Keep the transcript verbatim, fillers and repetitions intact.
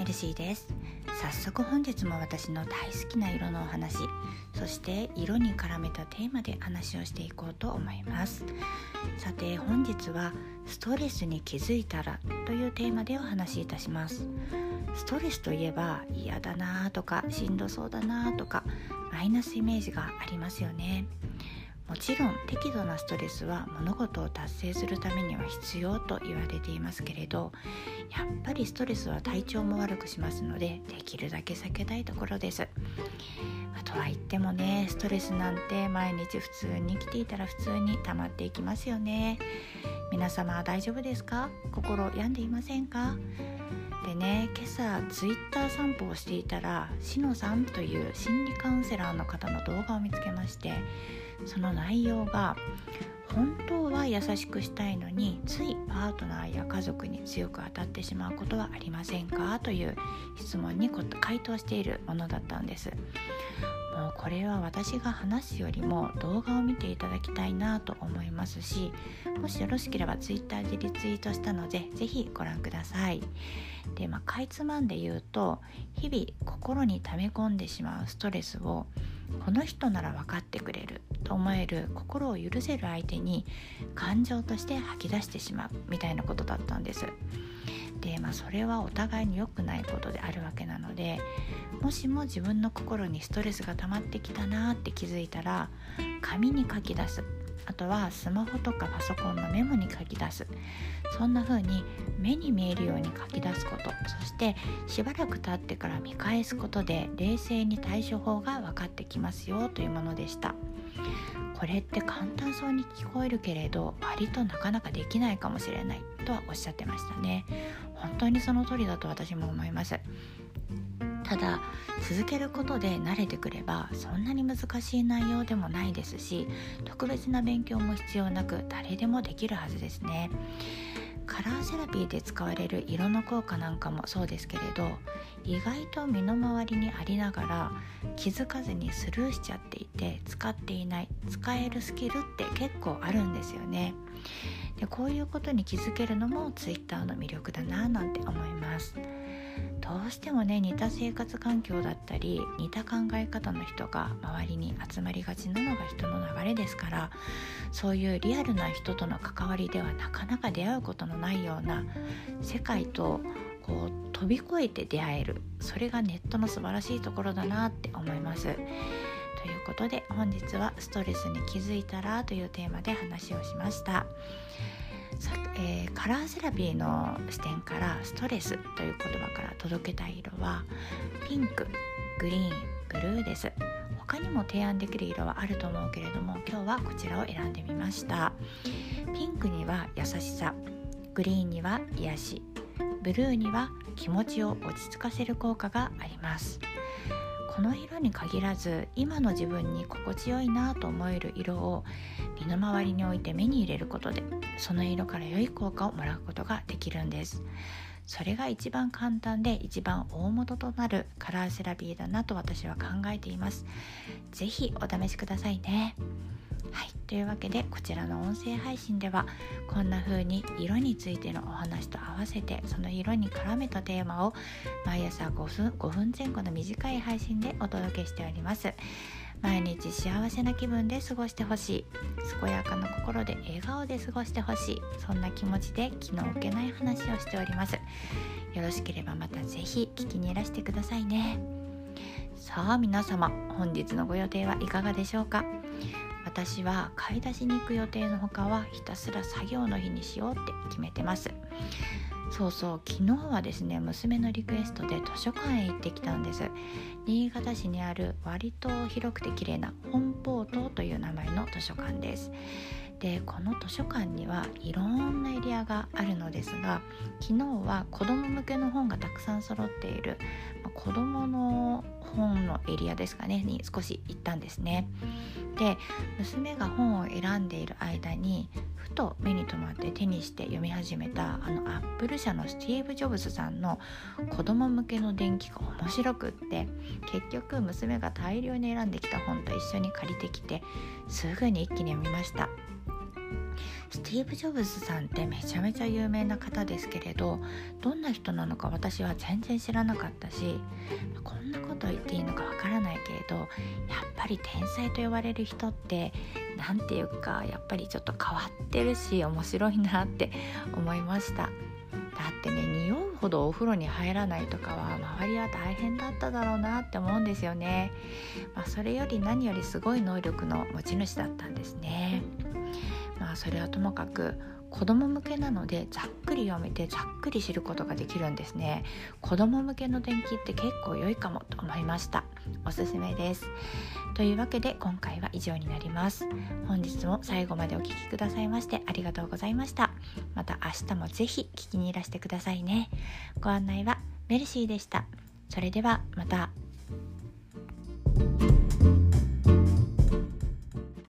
エルシーです。早速本日も私の大好きな色のお話、そして色に絡めたテーマで話をしていこうと思います。さて本日はストレスに気づいたらというテーマでお話しいたします。ストレスといえば嫌だなとかしんどそうだなとかマイナスイメージがありますよね。もちろん適度なストレスは物事を達成するためには必要と言われていますけれど、やっぱりストレスは体調も悪くしますので、できるだけ避けたいところです。あとは言ってもね、ストレスなんて毎日普通に生きていたら普通に溜まっていきますよね。皆様は大丈夫ですか？心病んでいませんか？でね、今朝ツイッター散歩をしていたら、しのさんという心理カウンセラーの方の動画を見つけまして、その内容が本当は優しくしたいのについパートナーや家族に強く当たってしまうことはありませんかという質問に回答しているものだったんです。もうこれは私が話すよりも動画を見ていただきたいなと思いますし、もしよろしければツイッターでリツイートしたのでぜひご覧ください。で、まあ、かいつまんで言うと、日々心に溜め込んでしまうストレスをこの人なら分かってくれると思える心を許せる相手に感情として吐き出してしまうみたいなことだったんです。で、まあ、それはお互いに良くないことであるわけなので、もしも自分の心にストレスが溜まってきたなって気づいたら、紙に書き出す、あとはスマホとかパソコンのメモに書き出す、そんな風に目に見えるように書き出すこと、そしてしばらく経ってから見返すことで冷静に対処法が分かってきますよというものでした。これって簡単そうに聞こえるけれど、割となかなかできないかもしれないとはおっしゃってましたね。本当にその通りだと私も思います。ただ続けることで慣れてくればそんなに難しい内容でもないですし、特別な勉強も必要なく誰でもできるはずですね。カラーセラピーで使われる色の効果なんかもそうですけれど、意外と身の回りにありながら気づかずにスルーしちゃっていて使っていない、使えるスキルって結構あるんですよね。で、こういうことに気づけるのもツイッターの魅力だななんて思います。どうしてもね、似た生活環境だったり似た考え方の人が周りに集まりがちなのが人の流れですから、そういうリアルな人との関わりではなかなか出会うことのないような世界とこう飛び越えて出会える、それがネットの素晴らしいところだなって思います。ということで本日はストレスに気づいたらというテーマで話をしました。えー、カラーセラピーの視点からストレスという言葉から届けたい色はピンク、グリーン、ブルーです。他にも提案できる色はあると思うけれども、今日はこちらを選んでみました。ピンクには優しさ、グリーンには癒し、ブルーには気持ちを落ち着かせる効果があります。この色に限らず、今の自分に心地よいなと思える色を身の回りに置いて目に入れることで、その色から良い効果をもらうことができるんです。それが一番簡単で一番大元となるカラーセラピーだなと私は考えています。ぜひお試しくださいね。はい、というわけでこちらの音声配信ではこんな風に色についてのお話と合わせて、その色に絡めたテーマを毎朝ごふん、ごふんぜん後の短い配信でお届けしております。毎日幸せな気分で過ごしてほしい、健やかな心で笑顔で過ごしてほしい、そんな気持ちで気の置けない話をしております。よろしければまたぜひ聞きにいらしてくださいね。さあ皆様、本日のご予定はいかがでしょうか？私は買い出しに行く予定のほかはひたすら作業の日にしようって決めてます。そうそう、昨日はですね、娘のリクエストで図書館へ行ってきたんです。新潟市にある割と広くて綺麗な本宝島という名前の図書館です。で、この図書館にはいろんなエリアがあるのですが、昨日は子ども向けの本がたくさん揃っている、まあ、子どもの本のエリアですかねに少し行ったんですね。で、娘が本を選んでいる間にふと目に留まって手にして読み始めたあのアップル社のスティーブ・ジョブズさんの子ども向けの伝記が面白くって、結局娘が大量に選んできた本と一緒に借りてきてすぐに一気に読みました。ススティーブ・ジョブズさんってめちゃめちゃ有名な方ですけれど、どんな人なのか私は全然知らなかったし、こんなこと言っていいのかわからないけれど、やっぱり天才と呼ばれる人ってなんていうか、やっぱりちょっと変わってるし面白いなって思いました。だってね、匂うほどお風呂に入らないとかは周りは大変だっただろうなって思うんですよね。まあ、それより何よりすごい能力の持ち主だったんですね。まあそれはともかく子供向けなのでざっくり読めてざっくり知ることができるんですね。子供向けの伝記って結構良いかもと思いました。おすすめです。というわけで今回は以上になります。本日も最後までお聞きくださいましてありがとうございました。また明日もぜひ聞きにいらしてくださいね。ご案内はメルシーでした。それではまた。